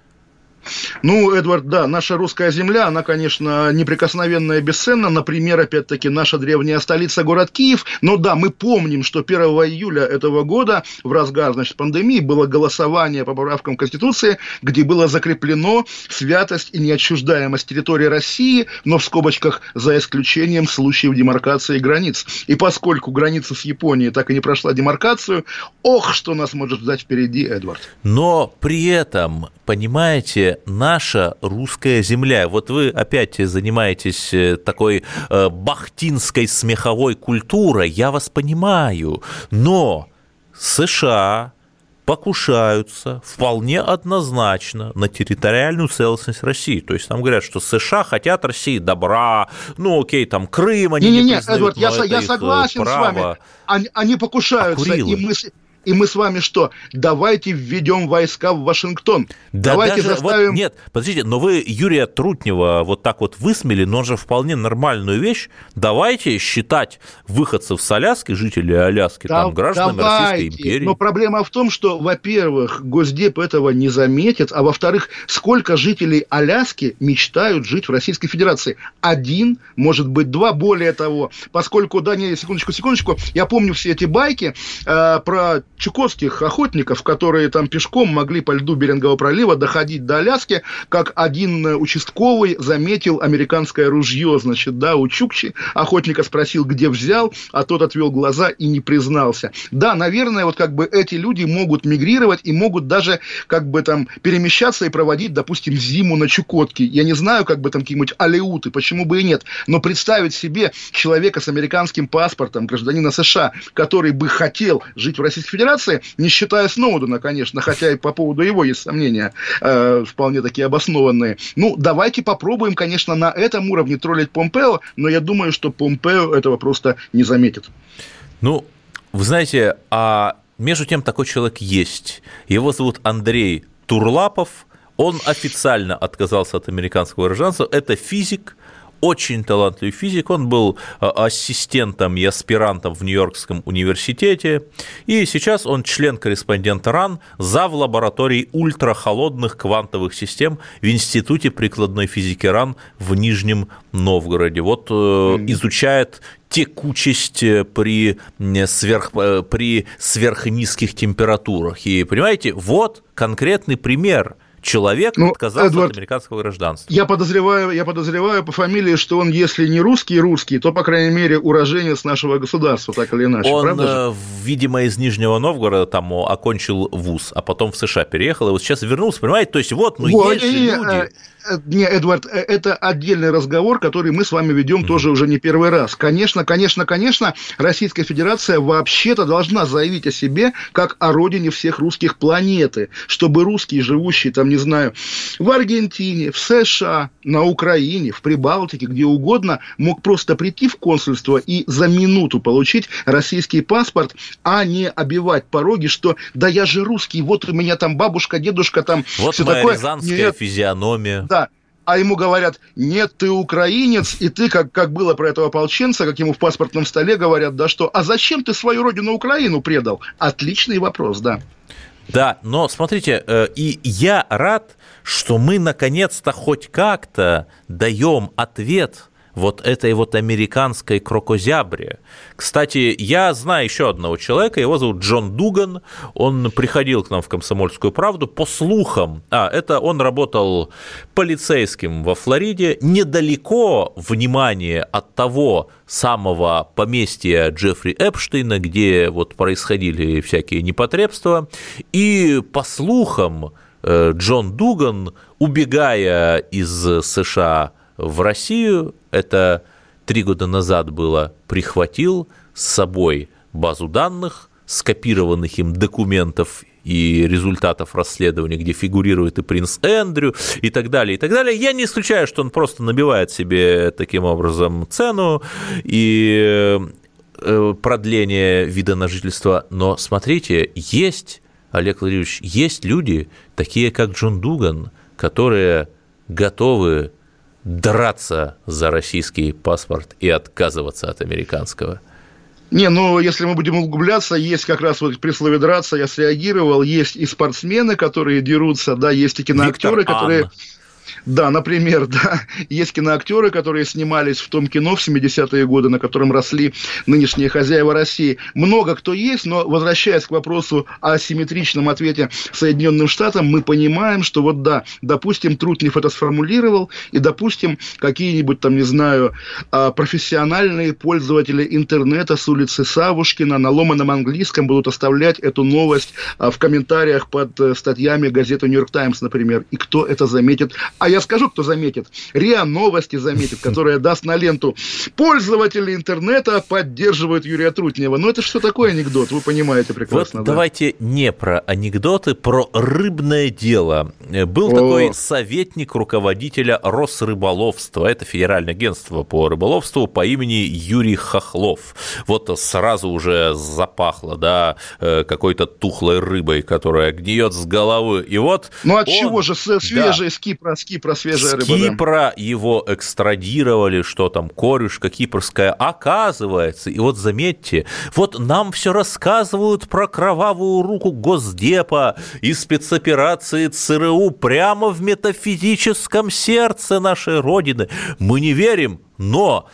Speaker 4: Ну, Эдвард, да, наша русская земля, она, конечно, неприкосновенная и бесценна. Например, опять-таки, наша древняя столица, город Киев. Но да, мы помним, что первого июля этого года, в разгар, значит, пандемии, было голосование по поправкам Конституции, где было закреплено святость и неотчуждаемость территории России, но в скобочках за исключением случаев демаркации границ. И поскольку граница с Японией так и не прошла демаркацию, ох, что нас может ждать впереди, Эдвард.
Speaker 3: Но при этом, понимаете, наша русская земля. Вот вы опять занимаетесь такой э, бахтинской смеховой культурой, я вас понимаю, но США покушаются вполне однозначно на территориальную целостность России. То есть там говорят, что США хотят России добра, ну окей, там Крым они не, не, не признают,
Speaker 4: Эдвард, я, я согласен
Speaker 3: право.
Speaker 4: с вами, они, они покушаются, и мы... И мы с вами что? Давайте введем войска в Вашингтон.
Speaker 3: Да
Speaker 4: Давайте
Speaker 3: даже,
Speaker 4: заставим...
Speaker 3: вот, нет, подождите, но вы Юрия Трутнева вот так вот высмели, но он же вполне нормальную вещь. Давайте считать выходцев с Аляски, жителей Аляски, да, там, гражданами давайте. Российской империи.
Speaker 4: Но проблема в том, что, во-первых, Госдеп этого не заметит, а во-вторых, сколько жителей Аляски мечтают жить в Российской Федерации? Один, может быть, два, более того. Поскольку, да, не, секундочку, секундочку, я помню все эти байки э, про чукотских охотников, которые там пешком могли по льду Берингового пролива доходить до Аляски, как один участковый заметил американское ружье, значит, да, у чукчи, охотника спросил, где взял, а тот отвел глаза и не признался. Да, наверное, вот как бы эти люди могут мигрировать и могут даже как бы там перемещаться и проводить, допустим, зиму на Чукотке. Я не знаю, как бы там какие-нибудь алеуты, почему бы и нет, но представить себе человека с американским паспортом, гражданина США, который бы хотел жить в Российской Федерации, Федерации, не считая Сноудена, конечно, хотя и по поводу его есть сомнения, э, вполне такие обоснованные. Ну, давайте попробуем, конечно, на этом уровне троллить Помпео, но я думаю, что Помпео этого просто не заметит.
Speaker 3: Ну, вы знаете, а между тем такой человек есть. Его зовут Андрей Турлапов. Он официально отказался от американского гражданства. Это физик, очень талантливый физик. Он был ассистентом и аспирантом в Нью-Йоркском университете. И сейчас он член-корреспондент РАН, зав. Лаборатории ультрахолодных квантовых систем в Институте прикладной физики РАН в Нижнем Новгороде. Вот изучает текучесть при, сверх, при сверхнизких температурах. И, понимаете, вот конкретный пример. Человек ну, отказался Эдвард, от американского гражданства.
Speaker 4: Я подозреваю, я подозреваю по фамилии, что он, если не русский, русский, то, по крайней мере, уроженец нашего государства, так или иначе.
Speaker 3: Он,
Speaker 4: правда же?
Speaker 3: видимо, из Нижнего Новгорода там окончил вуз, а потом в США переехал, и вот сейчас вернулся, понимаете? То есть вот, ну вот, есть же люди...
Speaker 4: Не, Эдвард, это отдельный разговор, который мы с вами ведем mm-hmm. тоже уже не первый раз. Конечно, конечно, конечно, Российская Федерация вообще-то должна заявить о себе как о родине всех русских планеты, чтобы русские, живущие там, не знаю, в Аргентине, в США, на Украине, в Прибалтике, где угодно, мог просто прийти в консульство и за минуту получить российский паспорт, а не обивать пороги, что да я же русский, вот у меня там бабушка, дедушка, там
Speaker 3: вот
Speaker 4: все
Speaker 3: моя
Speaker 4: такое.
Speaker 3: рязанская
Speaker 4: Нет.
Speaker 3: физиономия.
Speaker 4: Да. А ему говорят, нет, ты украинец, и ты, как, как было про этого ополченца, как ему в паспортном столе говорят, да что, а зачем ты свою родину Украину предал? Отличный вопрос, да.
Speaker 3: Да, но смотрите, и я рад, что мы наконец-то хоть как-то даем ответ вот этой вот американской крокозябре. Кстати, я знаю еще одного человека, его зовут Джон Дуган, он приходил к нам в «Комсомольскую правду», по слухам, а, это он работал полицейским во Флориде, недалеко, внимание, от того самого поместья Джеффри Эпштейна, где вот происходили всякие непотребства, и по слухам Джон Дуган, убегая из США в Россию, это три года назад было, прихватил с собой базу данных, скопированных им документов и результатов расследования, где фигурирует и принц Эндрю, и так далее, и так далее. Я не исключаю, что он просто набивает себе таким образом цену и продление вида на жительство. Но смотрите, есть, Олег Владимирович, есть люди, такие как Джон Дуган, которые готовы драться за российский паспорт и отказываться от американского.
Speaker 4: Не, ну, если мы будем углубляться, есть как раз вот при слове «драться» я среагировал, есть и спортсмены, которые дерутся, да, есть и киноактеры,
Speaker 3: Виктор
Speaker 4: которые...
Speaker 3: Ан.
Speaker 4: Да, например, да, есть киноактеры, которые снимались в том кино в семидесятые годы, на котором росли нынешние хозяева России. Много кто есть, но, возвращаясь к вопросу о асимметричном ответе Соединенным Штатам, мы понимаем, что вот да, допустим, Трутнев это сформулировал, и, допустим, какие-нибудь там, не знаю, профессиональные пользователи интернета с улицы Савушкина на ломаном английском будут оставлять эту новость в комментариях под статьями газеты «Нью-Йорк Таймс», например. И кто это заметит? А я скажу, кто заметит. РИА Новости заметит, которая даст на ленту: пользователи интернета поддерживают Юрия Трутнева. Ну, это что такое анекдот, вы понимаете прекрасно.
Speaker 3: Вот
Speaker 4: да?
Speaker 3: Давайте не про анекдоты, про рыбное дело. Был О. такой советник руководителя Росрыболовства, это Федеральное агентство по рыболовству, по имени Юрий Хохлов. Вот сразу уже запахло, да, какой-то тухлой рыбой, которая гниет с головы. И вот
Speaker 4: ну, от
Speaker 3: он,
Speaker 4: чего же свежий, да, с Кипра, с Кипра свежая рыба. С
Speaker 3: Кипра да. Его экстрадировали, что там, корюшка кипрская, оказывается. И вот заметьте, вот нам все рассказывают про кровавую руку Госдепа и спецоперации ЦРУ прямо в метафизическом сердце нашей Родины. Мы не верим, но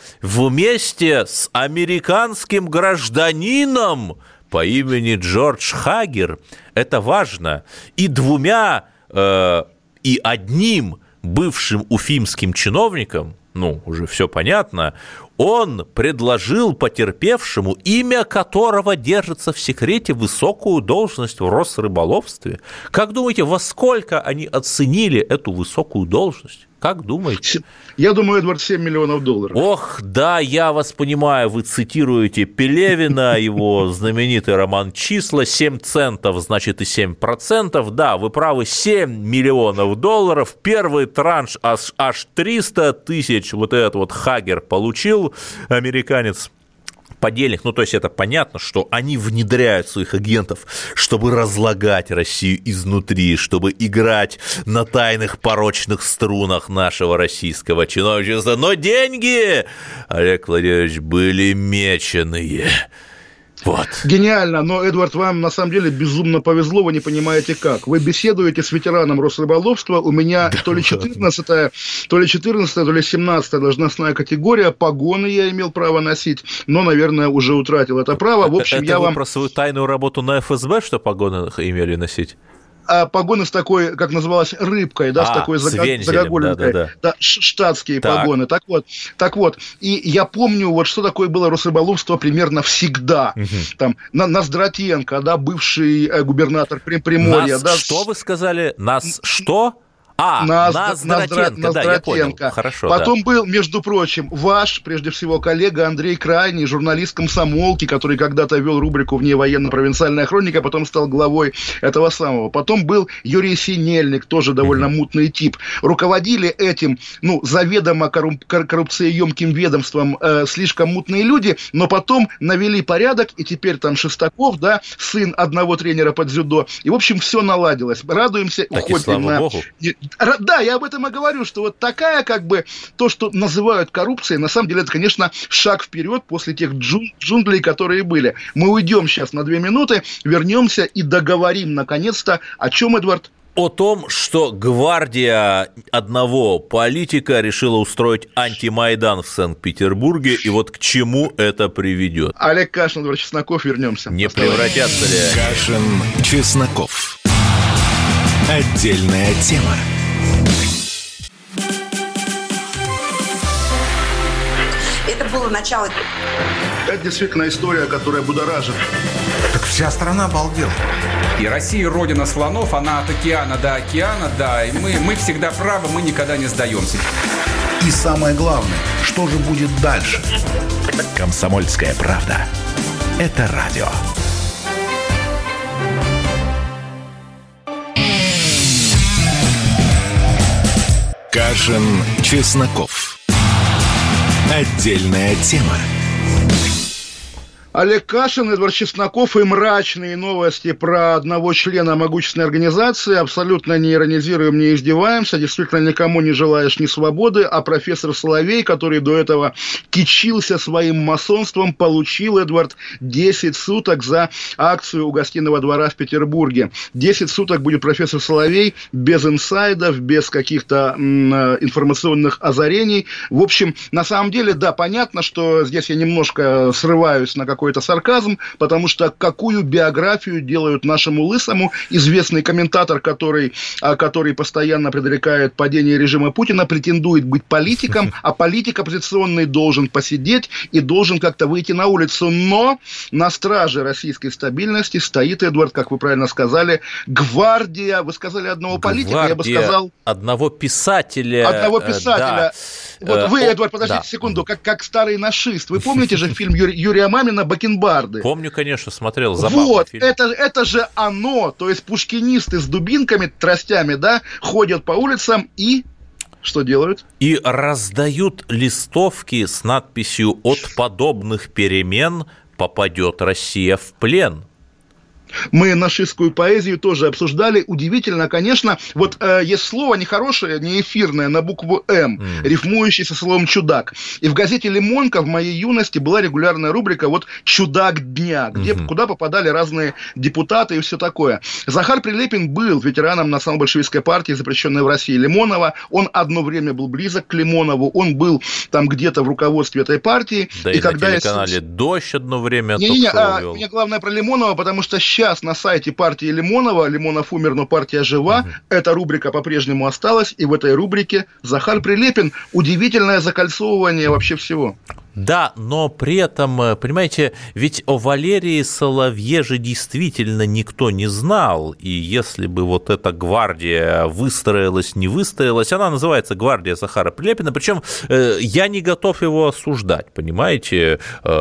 Speaker 3: вместе с американским гражданином по имени Джордж Хагер, это важно, и двумя... Э, и одним бывшим уфимским чиновником, ну, уже все понятно, он предложил потерпевшему, имя которого держится в секрете, высокую должность в Росрыболовстве. Как думаете, во сколько они оценили эту высокую должность? Как думаете?
Speaker 4: Я думаю, Эдвард, семь миллионов долларов.
Speaker 3: Ох, да, я вас понимаю, вы цитируете Пелевина, его знаменитый роман «Числа», семь центов, значит, и семь процентов. Да, вы правы, семь миллионов долларов. Первый транш аж, аж триста тысяч вот этот вот Хагер получил, американец. Подельник, ну, то есть это понятно, что они внедряют своих агентов, чтобы разлагать Россию изнутри, чтобы играть на тайных порочных струнах нашего российского чиновничества. Но деньги, Олег Владимирович, были меченые. Вот.
Speaker 4: Гениально, но, Эдвард, вам на самом деле безумно повезло, вы не понимаете как. Вы беседуете с ветераном Росрыболовства, у меня да, то ли четырнадцатая, то ли четырнадцатая, то ли семнадцатая должностная категория, погоны я имел право носить, но, наверное, уже утратил это право. В общем,
Speaker 3: это
Speaker 4: я
Speaker 3: вы
Speaker 4: вам...
Speaker 3: про свою тайную работу на эф эс бэ, что погоны имели носить?
Speaker 4: А погоны с такой, как называлась, рыбкой, да, а, с такой
Speaker 3: с
Speaker 4: загогулинкой,
Speaker 3: да, да, да.
Speaker 4: да, штатские так. погоны. Так вот, так вот, и я помню, вот что такое было Росрыболовство примерно всегда. Угу. Там на, Ноздратенко, да, бывший губернатор Приморья.
Speaker 3: Нас
Speaker 4: да,
Speaker 3: что вы сказали? Нас что? А,
Speaker 4: Ноздратенко,
Speaker 3: Ноздратенко, да, я понял. Хорошо,
Speaker 4: Потом
Speaker 3: да.
Speaker 4: был, между прочим, ваш, прежде всего, коллега Андрей Крайний, журналист «Комсомолки», который когда-то вел рубрику «Вневоенно-провинциальная хроника», потом стал главой этого самого. Потом был Юрий Синельник, тоже довольно mm-hmm. мутный тип. Руководили этим, ну, заведомо корруп- коррупциеемким ведомством э, слишком мутные люди, но потом навели порядок, и теперь там Шестаков, да, сын одного тренера по дзюдо, и, в общем, все наладилось. Радуемся,
Speaker 3: так
Speaker 4: уходим
Speaker 3: и слава
Speaker 4: на...
Speaker 3: Богу.
Speaker 4: Да, я об этом и говорю, что вот такая, как бы, то, что называют коррупцией, на самом деле, это, конечно, шаг вперед после тех джун- джунглей, которые были. Мы уйдем сейчас на две минуты, вернемся и договорим, наконец-то, о чем, Эдвард?
Speaker 3: О том, что гвардия одного политика решила устроить антимайдан в Санкт-Петербурге, и вот к чему это приведет.
Speaker 4: Олег Кашин, Эдвард Чесноков, вернемся.
Speaker 3: Не превратятся ли?
Speaker 1: Кашин, Чесноков. Отдельная тема.
Speaker 5: Это было начало.
Speaker 4: Это действительно история, которая будоражит.
Speaker 6: Так вся страна обалдела.
Speaker 7: И Россия родина слонов, она от океана до океана, да, и мы, мы всегда правы, мы никогда не сдаемся.
Speaker 6: И самое главное, что же будет дальше?
Speaker 1: Комсомольская правда. Это радио. Кашин, Чесноков. Отдельная тема.
Speaker 4: Олег Кашин, Эдвард Чесноков и мрачные новости про одного члена могущественной организации. Абсолютно не иронизируем, не издеваемся. Действительно, никому не желаешь ни свободы. А профессор Соловей, который до этого кичился своим масонством, получил, Эдвард, десять суток за акцию у гостиного двора в Петербурге. десять суток будет профессор Соловей без инсайдов, без каких-то м, информационных озарений. В общем, на самом деле, да, понятно, что здесь я немножко срываюсь на какой какой-то сарказм, потому что какую биографию делают нашему лысому, известный комментатор, который, который постоянно предрекает падение режима Путина, претендует быть политиком, а политик оппозиционный должен посидеть и должен как-то выйти на улицу. Но на страже российской стабильности стоит, Эдвард, как вы правильно сказали, гвардия, вы сказали одного политика, гвардия я бы сказал...
Speaker 3: одного писателя.
Speaker 4: Одного писателя. Да. Вот вы, Эдвард, подождите да. секунду, как, как старый нашист. Вы помните же фильм Юри, Юрия Мамина «Бакенбарды»?
Speaker 3: Помню, конечно, смотрел. Забавный
Speaker 4: вот,
Speaker 3: фильм.
Speaker 4: Это, это же оно, то есть пушкинисты с дубинками, тростями, да, ходят по улицам и... Что делают?
Speaker 3: И раздают листовки с надписью «От подобных перемен попадет Россия в плен».
Speaker 4: Мы нашистскую поэзию тоже обсуждали. Удивительно, конечно. Вот э, есть слово нехорошее, не эфирное, на букву «М», mm. рифмующее со словом «чудак». И в газете «Лимонка» в моей юности была регулярная рубрика вот «Чудак дня», где, mm-hmm. куда попадали разные депутаты и все такое. Захар Прилепин был ветераном национал-большевистской партии, запрещенной в России, Лимонова. Он одно время был близок к Лимонову. Он был там где-то в руководстве этой партии.
Speaker 3: Да и, и когда на телеканале я... «Дождь» одно время
Speaker 4: Не-не-не, а, мне главное про Лимонова, потому что сейчас Сейчас на сайте партии Лимонова, Лимонов умер, но партия жива, угу. эта рубрика по-прежнему осталась, и в этой рубрике Захар Прилепин. Удивительное закольцовывание вообще всего.
Speaker 3: Да, но при этом, понимаете, ведь о Валерии Соловье же действительно никто не знал, и если бы вот эта гвардия выстроилась, не выстроилась, она называется гвардия Захара Прилепина, причем я не готов его осуждать, понимаете,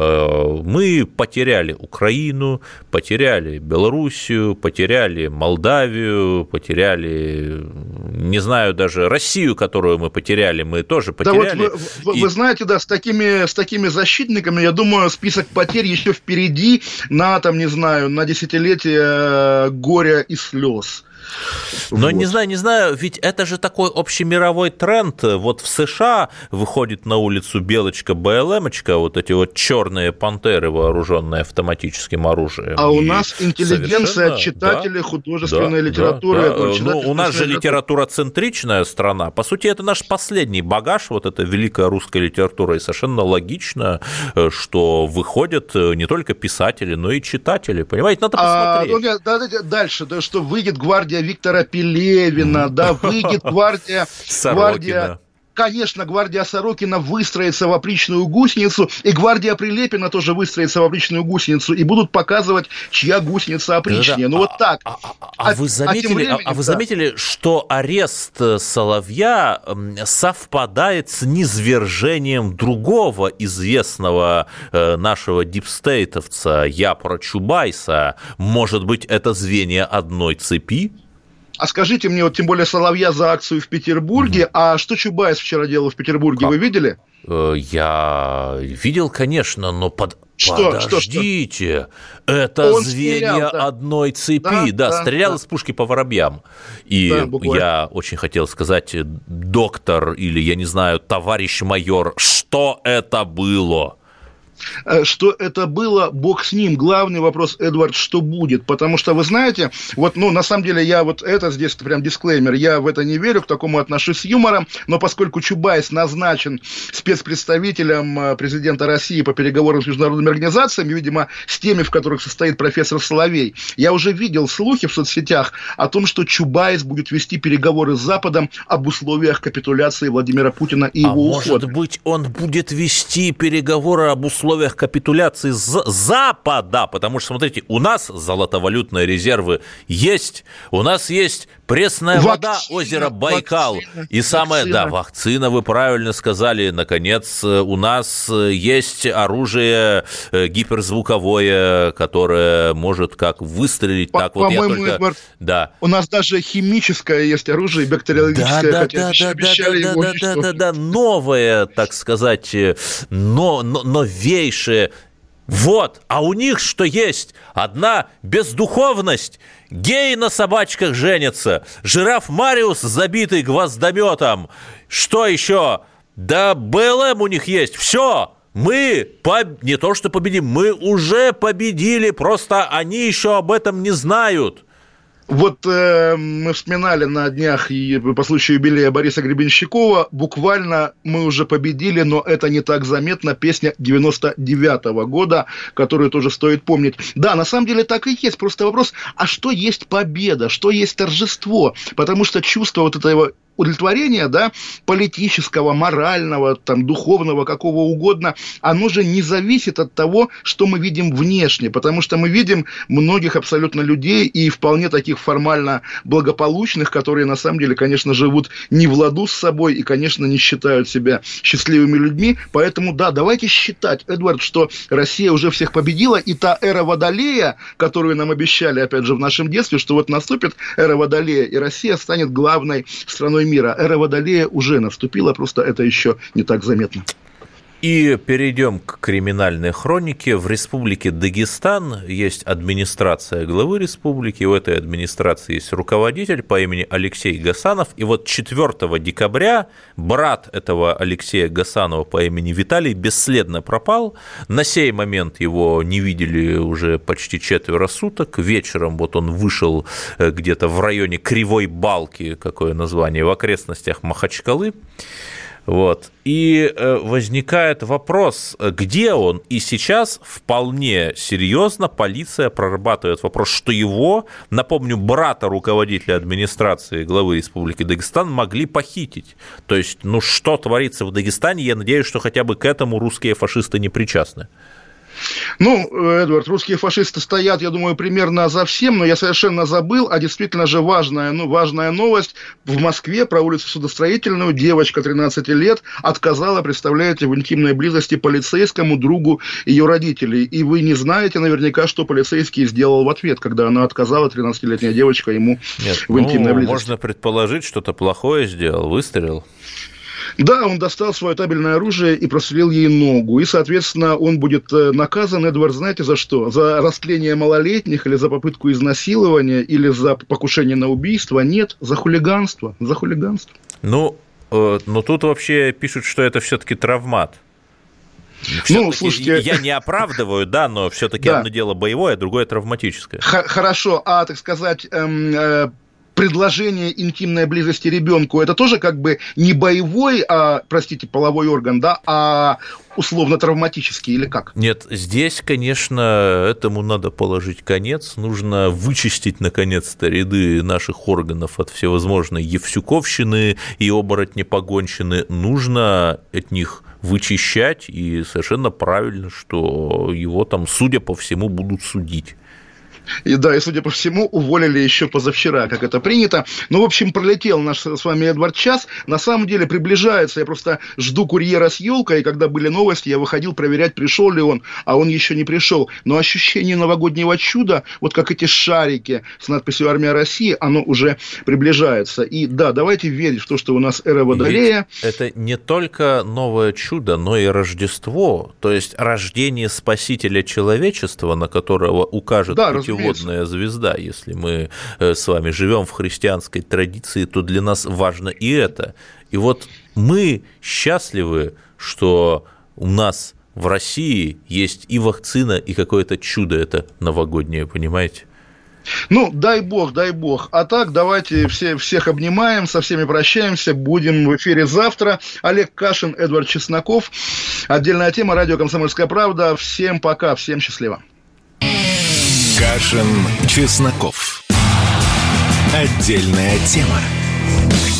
Speaker 3: мы потеряли Украину, потеряли Белоруссию, потеряли Молдавию, потеряли, не знаю, даже Россию, которую мы потеряли, мы тоже потеряли.
Speaker 4: Да вот вы, вы, и... вы знаете, да, с такими, с такими защитниками, я думаю, список потерь еще впереди на, там, не знаю, на десятилетие горя и слез.
Speaker 3: Но
Speaker 4: вот.
Speaker 3: не знаю, не знаю, ведь это же такой общемировой тренд. Вот в США выходит на улицу белочка БЛМочка, вот эти вот черные пантеры, вооруженные автоматическим оружием.
Speaker 4: А у нас интеллигенция, читатели, да, художественная да, литература.
Speaker 3: Да, да. Ну, у нас же литература-центричная страна. По сути, это наш последний багаж, вот эта великая русская литература. И совершенно логично, что выходят не только писатели, но и читатели. Понимаете, надо посмотреть. А, ну,
Speaker 4: да, да, дальше, да, что выйдет гвардия Виктора Пелевина, да, выйдет гвардия, гвардия, конечно, гвардия Сорокина выстроится в опричную гусеницу, и гвардия Прилепина тоже выстроится в опричную гусеницу, и будут показывать, чья гусеница опричнее. Да, да. Ну, а, вот так.
Speaker 3: А, а, а, а, вы, заметили, а, временем, а вы заметили, да. что арест Соловья совпадает с низвержением другого известного нашего дипстейтовца Япора Чубайса? Может быть, это звенья одной цепи?
Speaker 4: А скажите мне, вот тем более Соловья за акцию в Петербурге, mm-hmm. а что Чубайс вчера делал в Петербурге, как? Вы видели?
Speaker 3: Я видел, конечно, но под...
Speaker 4: Что,
Speaker 3: подождите,
Speaker 4: что, что?
Speaker 3: это
Speaker 4: Он
Speaker 3: звенья
Speaker 4: стрелял, да.
Speaker 3: одной цепи, да, да, да стрелял да. из пушки по воробьям. И да, я очень хотел сказать, доктор или, я не знаю, товарищ майор, что это было?
Speaker 4: Что это было, бог с ним. Главный вопрос, Эдвард, что будет? Потому что, вы знаете, вот, ну, на самом деле, я вот это здесь прям дисклеймер, я в это не верю, к такому отношусь с юмором, но поскольку Чубайс назначен спецпредставителем президента России по переговорам с международными организациями, видимо, с теми, в которых состоит профессор Соловей, я уже видел слухи в соцсетях о том, что Чубайс будет вести переговоры с Западом об условиях капитуляции Владимира Путина и его
Speaker 3: ухода. А может быть, он будет вести переговоры об условиях капитуляции с Запада, потому что, смотрите, у нас золотовалютные резервы есть, у нас есть пресная вакцина, вода озера Байкал, вакцина, и самое, вакцина. да, вакцина, вы правильно сказали, наконец, у нас есть оружие гиперзвуковое, которое может как выстрелить,
Speaker 4: По-
Speaker 3: так вот я только...
Speaker 4: Эдвард,
Speaker 3: да.
Speaker 4: у нас даже химическое есть оружие, бактериологическое,
Speaker 3: да,
Speaker 4: хотя
Speaker 3: да,
Speaker 4: обещали
Speaker 3: да,
Speaker 4: его
Speaker 3: да, да, да, да, да, новое, так сказать, но, но, новейшее. Вот, а у них что есть? Одна бездуховность. Геи на собачках женятся. Жираф Мариус, забитый гвоздометом. Что еще? Да БЛМ у них есть. Все. Мы поб... не то что победим, мы уже победили. Просто они еще об этом не знают.
Speaker 4: Вот э, мы вспоминали на днях и по случаю юбилея Бориса Гребенщикова, буквально мы уже победили, но это не так заметно, песня девяносто девятого года, которую тоже стоит помнить. Да, на самом деле так и есть, просто вопрос, а что есть победа, что есть торжество, потому что чувство вот этого удовлетворения, да, политического, морального, там, духовного, какого угодно, оно же не зависит от того, что мы видим внешне, потому что мы видим многих абсолютно людей и вполне таких формально благополучных, которые на самом деле, конечно, живут не в ладу с собой и, конечно, не считают себя счастливыми людьми, поэтому, да, давайте считать, Эдвард, что Россия уже всех победила, и та эра Водолея, которую нам обещали, опять же, в нашем детстве, что вот наступит эра Водолея, и Россия станет главной страной мира. Эра Водолея уже наступила, просто это еще не так заметно.
Speaker 3: И перейдем к криминальной хронике. В республике Дагестан есть администрация главы республики. У этой администрации есть руководитель по имени Алексей Гасанов. И вот четвёртого декабря брат этого Алексея Гасанова по имени Виталий бесследно пропал. На сей момент его не видели уже почти четверо суток. Вечером вот он вышел где-то в районе Кривой Балки, какое название, в окрестностях Махачкалы. Вот. И возникает вопрос, где он? И сейчас вполне серьезно полиция прорабатывает вопрос, что его, напомню, брата руководителя администрации главы Республики Дагестан могли похитить. То есть, ну что творится в Дагестане, я надеюсь, что хотя бы к этому русские фашисты не причастны.
Speaker 4: Ну, Эдвард, русские фашисты стоят, я думаю, примерно за всем, но я совершенно забыл, а действительно же важная, ну, важная новость. В Москве про улицу Судостроительную девочка тринадцати лет отказала, представляете, в интимной близости полицейскому другу ее родителей. И вы не знаете наверняка, что полицейский сделал в ответ, когда она отказала, тринадцатилетняя девочка, ему
Speaker 3: Нет,
Speaker 4: в интимной
Speaker 3: ну,
Speaker 4: близости.
Speaker 3: Можно предположить, что-то плохое сделал, выстрелил.
Speaker 4: Да, он достал свое табельное оружие и прострелил ей ногу. И, соответственно, он будет наказан, Эдвард, знаете, за что? За растление малолетних или за попытку изнасилования или за покушение на убийство? Нет, за хулиганство. За хулиганство.
Speaker 3: Ну, э, но тут вообще пишут, что это все-таки травмат.
Speaker 4: Ну, слушайте...
Speaker 3: Я не оправдываю, да, но все-таки да. Одно дело боевое, а другое травматическое.
Speaker 4: Х- хорошо, а, так сказать... Эм, э, предложение интимной близости ребенку, это тоже как бы не боевой, а, простите, половой орган, да, а условно травматический или как?
Speaker 3: Нет, здесь, конечно, этому надо положить конец. Нужно вычистить, наконец-то, ряды наших органов от всевозможной евсюковщины и оборотнепогонщины. Нужно от них вычищать, и совершенно правильно, что его там, судя по всему, будут судить.
Speaker 4: И да, и, судя по всему, уволили еще позавчера, как это принято. Ну, в общем, пролетел наш с вами, Эдвард, час. На самом деле приближается. Я просто жду курьера с елкой, и когда были новости, я выходил проверять, пришел ли он, а он еще не пришел. Но ощущение новогоднего чуда, вот как эти шарики с надписью «Армия России», оно уже приближается. И да, давайте верить в то, что у нас эра Водолея.
Speaker 3: Ведь это не только новое чудо, но и Рождество. То есть рождение спасителя человечества, на которого укажет да, путеводная звезда. Если мы с вами живем в христианской традиции, то для нас важно и это. И вот мы счастливы, что у нас в России есть и вакцина, и какое-то чудо это новогоднее, понимаете?
Speaker 4: Ну, дай бог, дай бог. А так, давайте все, всех обнимаем, со всеми прощаемся. Будем в эфире завтра. Олег Кашин, Эдвард Чесноков. Отдельная тема, радио «Комсомольская правда». Всем пока, всем счастливо.
Speaker 1: Кашин, Чесноков. Отдельная тема.